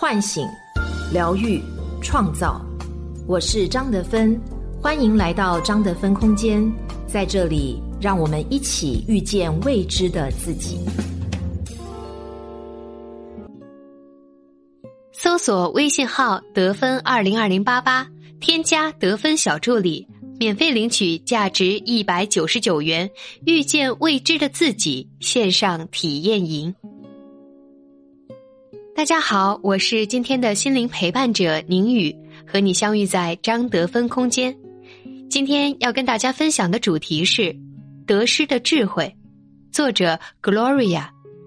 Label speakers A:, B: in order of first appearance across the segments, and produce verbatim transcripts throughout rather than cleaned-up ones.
A: 唤醒、疗愈、创造。我是张德芬，欢迎来到张德芬空间，在这里让我们一起遇见未知的自己。
B: 搜索微信号得分二零二零八八，添加得分小助理，免费领取价值一百九十九元遇见未知的自己线上体验营。大家好，我是今天的心灵陪伴者宁宇，和你相遇在张德芬空间。今天要跟大家分享的主题是得失的智慧，作者 Gloria。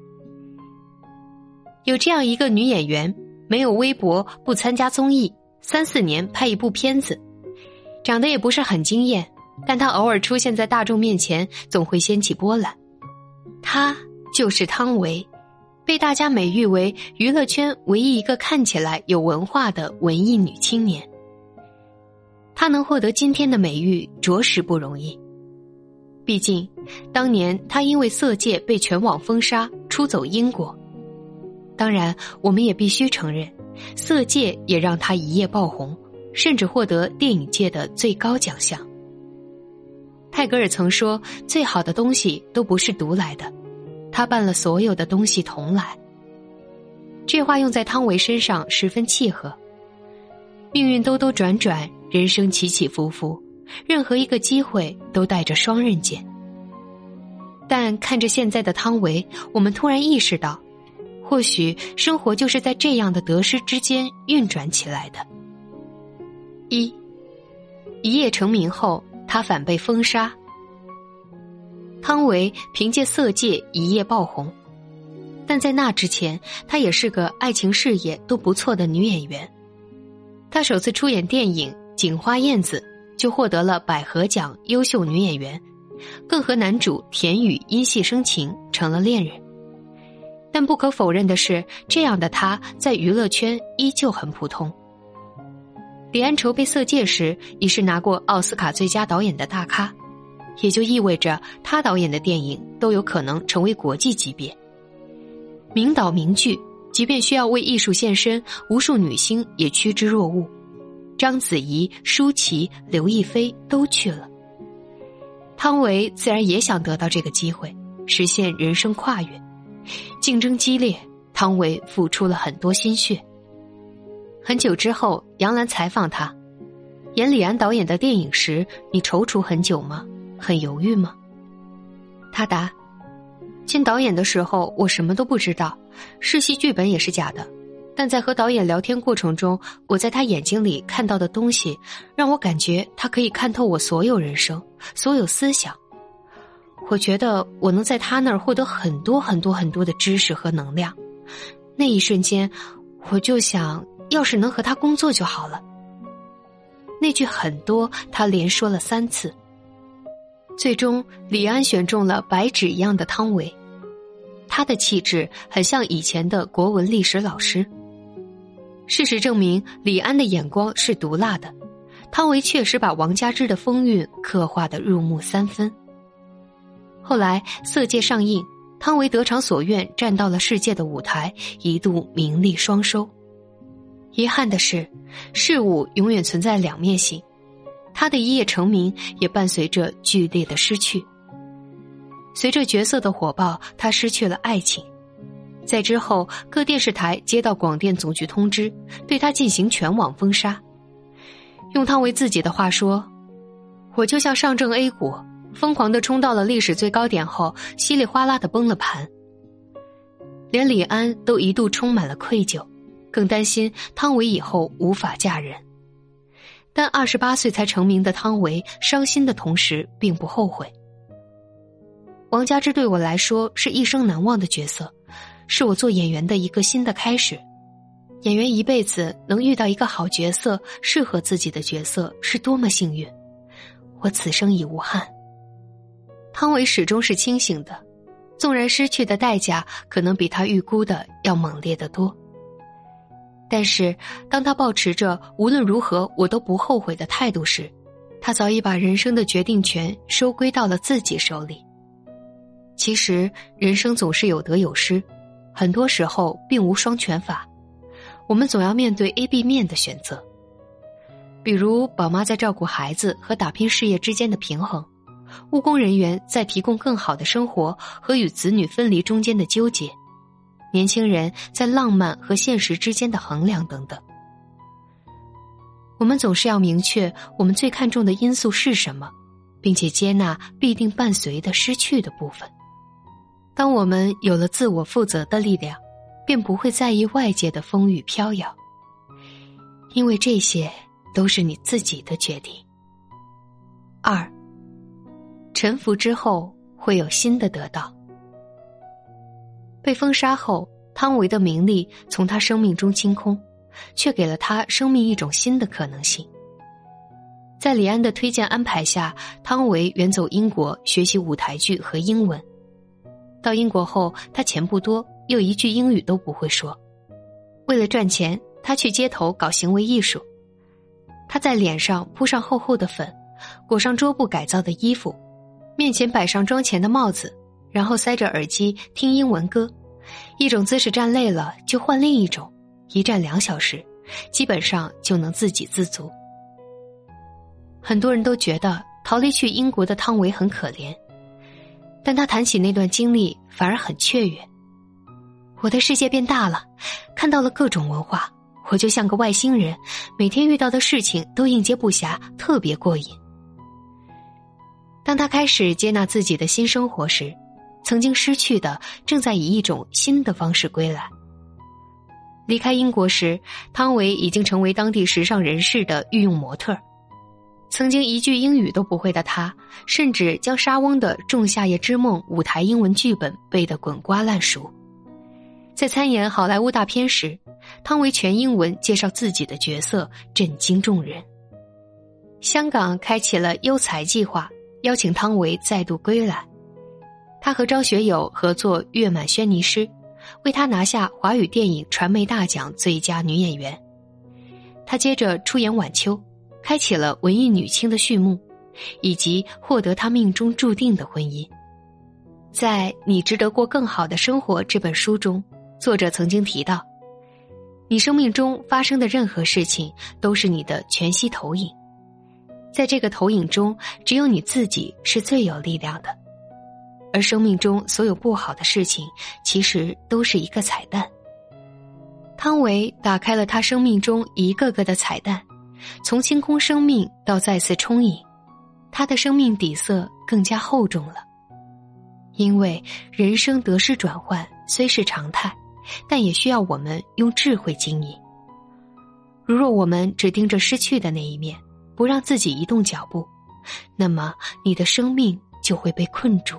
B: 有这样一个女演员，没有微博，不参加综艺，三四年拍一部片子，长得也不是很惊艳，但她偶尔出现在大众面前总会掀起波澜。她就是汤唯，被大家美誉为娱乐圈唯一一个看起来有文化的文艺女青年。她能获得今天的美誉着实不容易，毕竟当年她因为色戒被全网封杀，出走英国。当然我们也必须承认，色戒也让她一夜爆红，甚至获得电影界的最高奖项。泰戈尔曾说，最好的东西都不是独来的，他办了所有的东西同来。这话用在汤唯身上十分契合。命运兜兜转转，人生起起伏伏，任何一个机会都带着双刃剑。但看着现在的汤唯，我们突然意识到，或许生活就是在这样的得失之间运转起来的。一，一夜成名后，他反被封杀。汤唯凭借色戒一夜爆红，但在那之前，她也是个爱情事业都不错的女演员。她首次出演电影《警花燕子》就获得了百合奖优秀女演员，更和男主田雨因戏生情，成了恋人。但不可否认的是，这样的她在娱乐圈依旧很普通。李安筹备色戒时，已是拿过奥斯卡最佳导演的大咖，也就意味着他导演的电影都有可能成为国际级别。名导名剧，即便需要为艺术献身，无数女星也趋之若鹜。章子怡、舒淇、刘亦菲都去了。汤唯自然也想得到这个机会，实现人生跨越。竞争激烈，汤唯付出了很多心血。很久之后，杨澜采访她，演李安导演的电影时，你踌躇很久吗？很犹豫吗？他答，见导演的时候我什么都不知道，试戏剧本也是假的，但在和导演聊天过程中，我在他眼睛里看到的东西让我感觉他可以看透我所有人生，所有思想。我觉得我能在他那儿获得很多很多很多的知识和能量。那一瞬间我就想，要是能和他工作就好了。那句很多他连说了三次。最终李安选中了白纸一样的汤唯，他的气质很像以前的国文历史老师。事实证明，李安的眼光是毒辣的，汤唯确实把王佳芝的风韵刻画得入木三分。后来色戒上映，汤唯得偿所愿，站到了世界的舞台，一度名利双收。遗憾的是，事物永远存在两面性，他的一夜成名也伴随着剧烈的失去。随着角色的火爆，他失去了爱情。在之后，各电视台接到广电总局通知，对他进行全网封杀。用汤唯自己的话说，我就像上证 A 股，疯狂地冲到了历史最高点后，稀里哗啦地崩了盘。连李安都一度充满了愧疚，更担心汤唯以后无法嫁人。但二十八岁才成名的汤唯伤心的同时并不后悔。王佳芝对我来说是一生难忘的角色，是我做演员的一个新的开始。演员一辈子能遇到一个好角色，适合自己的角色，是多么幸运。我此生已无憾。汤唯始终是清醒的，纵然失去的代价可能比他预估的要猛烈得多。但是当他抱持着无论如何我都不后悔的态度时，他早已把人生的决定权收归到了自己手里。其实人生总是有得有失，很多时候并无双全法。 我们总要面对 A、B 面的选择。比如宝妈在照顾孩子和打拼事业之间的平衡，务工人员在提供更好的生活和与子女分离中间的纠结，年轻人在浪漫和现实之间的衡量等等。我们总是要明确我们最看重的因素是什么，并且接纳必定伴随的失去的部分。当我们有了自我负责的力量，便不会在意外界的风雨飘摇，因为这些都是你自己的决定。二，臣服之后会有新的得到。被封杀后，汤唯的名利从他生命中清空，却给了他生命一种新的可能性。在李安的推荐安排下，汤唯远走英国学习舞台剧和英文。到英国后，他钱不多，又一句英语都不会说。为了赚钱，他去街头搞行为艺术。他在脸上铺上厚厚的粉，裹上桌布改造的衣服，面前摆上妆前的帽子，然后塞着耳机听英文歌。一种姿势站累了就换另一种，一站两小时，基本上就能自给自足。很多人都觉得逃离去英国的汤唯很可怜，但他谈起那段经历反而很雀跃。我的世界变大了，看到了各种文化，我就像个外星人，每天遇到的事情都应接不暇，特别过瘾。当他开始接纳自己的新生活时，曾经失去的正在以一种新的方式归来。离开英国时，汤唯已经成为当地时尚人士的御用模特。曾经一句英语都不会的他，甚至将莎翁的《仲夏夜之梦》舞台英文剧本背得滚瓜烂熟。在参演好莱坞大片时，汤唯全英文介绍自己的角色，震惊众人。香港开启了优才计划，邀请汤唯再度归来。他和张学友合作《月满轩尼诗》，为他拿下华语电影传媒大奖最佳女演员。他接着出演晚秋，开启了文艺女青的序幕，以及获得他命中注定的婚姻。在《你值得过更好的生活》这本书中，作者曾经提到，你生命中发生的任何事情都是你的全息投影，在这个投影中，只有你自己是最有力量的，而生命中所有不好的事情其实都是一个彩蛋。汤唯打开了他生命中一个个的彩蛋，从清空生命到再次充盈，他的生命底色更加厚重了。因为人生得失转换虽是常态，但也需要我们用智慧经营。如若我们只盯着失去的那一面，不让自己移动脚步，那么你的生命就会被困住。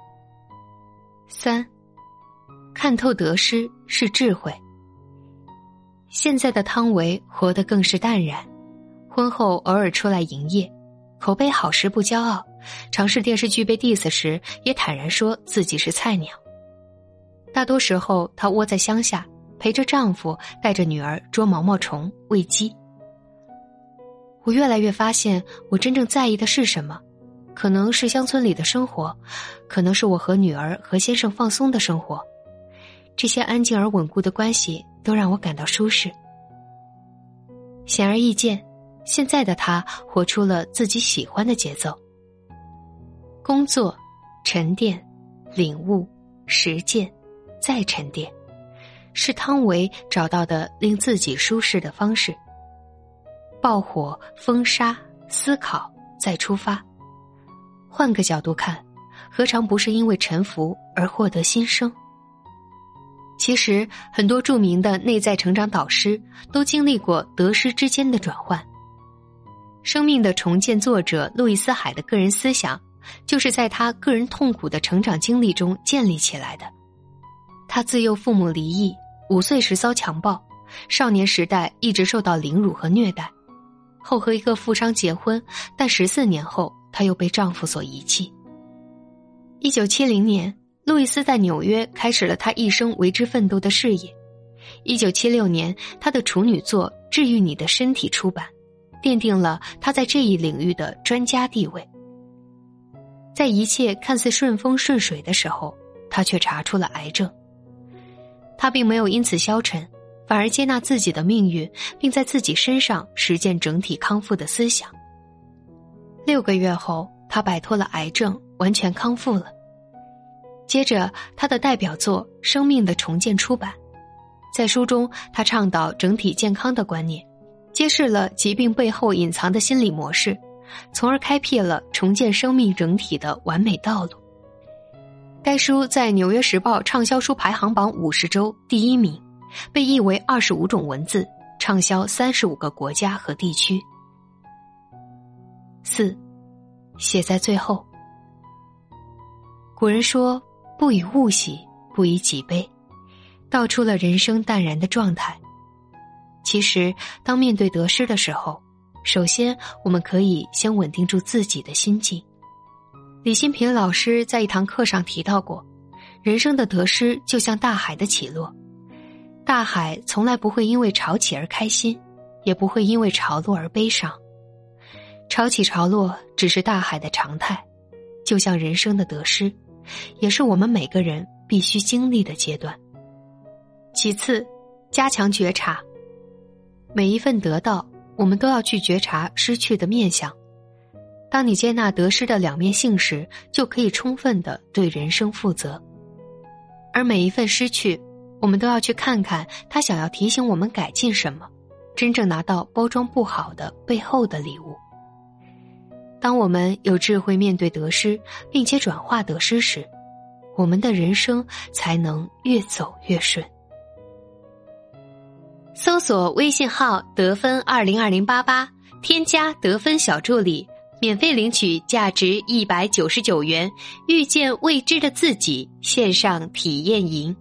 B: 三，看透得失是智慧。现在的汤唯活得更是淡然，婚后偶尔出来营业，口碑好时不骄傲，尝试电视剧被 diss 时也坦然说自己是菜鸟。大多时候她窝在乡下，陪着丈夫带着女儿捉毛毛虫喂鸡。我越来越发现我真正在意的是什么，可能是乡村里的生活，可能是我和女儿和先生放松的生活。这些安静而稳固的关系都让我感到舒适。显而易见，现在的她活出了自己喜欢的节奏。工作、沉淀、领悟、实践、再沉淀，是汤唯找到的令自己舒适的方式。爆火、封杀、思考、再出发。换个角度看，何尝不是因为臣服而获得新生？其实很多著名的内在成长导师都经历过得失之间的转换。生命的重建作者路易斯海的个人思想，就是在他个人痛苦的成长经历中建立起来的。他自幼父母离异，五岁时遭强暴，少年时代一直受到凌辱和虐待，后和一个富商结婚，但十四年后她又被丈夫所遗弃。一九七零年，路易斯在纽约开始了他一生为之奋斗的事业。一九七六年，他的处女作《治愈你的身体》出版，奠定了他在这一领域的专家地位。在一切看似顺风顺水的时候，他却查出了癌症。他并没有因此消沉，反反而接纳自己的命运，并在自己身上实践整体康复的思想。六个月后，他摆脱了癌症，完全康复了。接着，他的代表作《生命的重建》出版。在书中，他倡导整体健康的观念，揭示了疾病背后隐藏的心理模式，从而开辟了重建生命整体的完美道路。该书在《纽约时报》畅销书排行榜五十周第一名，被译为二十五种文字，畅销三十五个国家和地区。四，写在最后。古人说，不以物喜，不以己悲，道出了人生淡然的状态。其实，当面对得失的时候，首先我们可以先稳定住自己的心境。李新平老师在一堂课上提到过，人生的得失就像大海的起落，大海从来不会因为潮起而开心，也不会因为潮落而悲伤。潮起潮落只是大海的常态，就像人生的得失，也是我们每个人必须经历的阶段。其次，加强觉察。每一份得到，我们都要去觉察失去的面向。当你接纳得失的两面性时，就可以充分地对人生负责。而每一份失去，我们都要去看看它想要提醒我们改进什么，真正拿到包装不好的背后的礼物。当我们有智慧面对得失，并且转化得失时，我们的人生才能越走越顺。搜索微信号得分二零二零八八，添加得分小助理，免费领取价值一百九十九元遇见未知的自己线上体验营。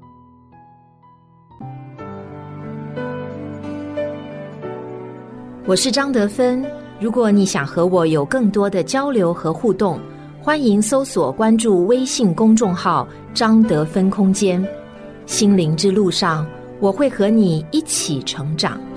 A: 我是张德芬，如果你想和我有更多的交流和互动，欢迎搜索关注微信公众号张德芬空间。心灵之路上，我会和你一起成长。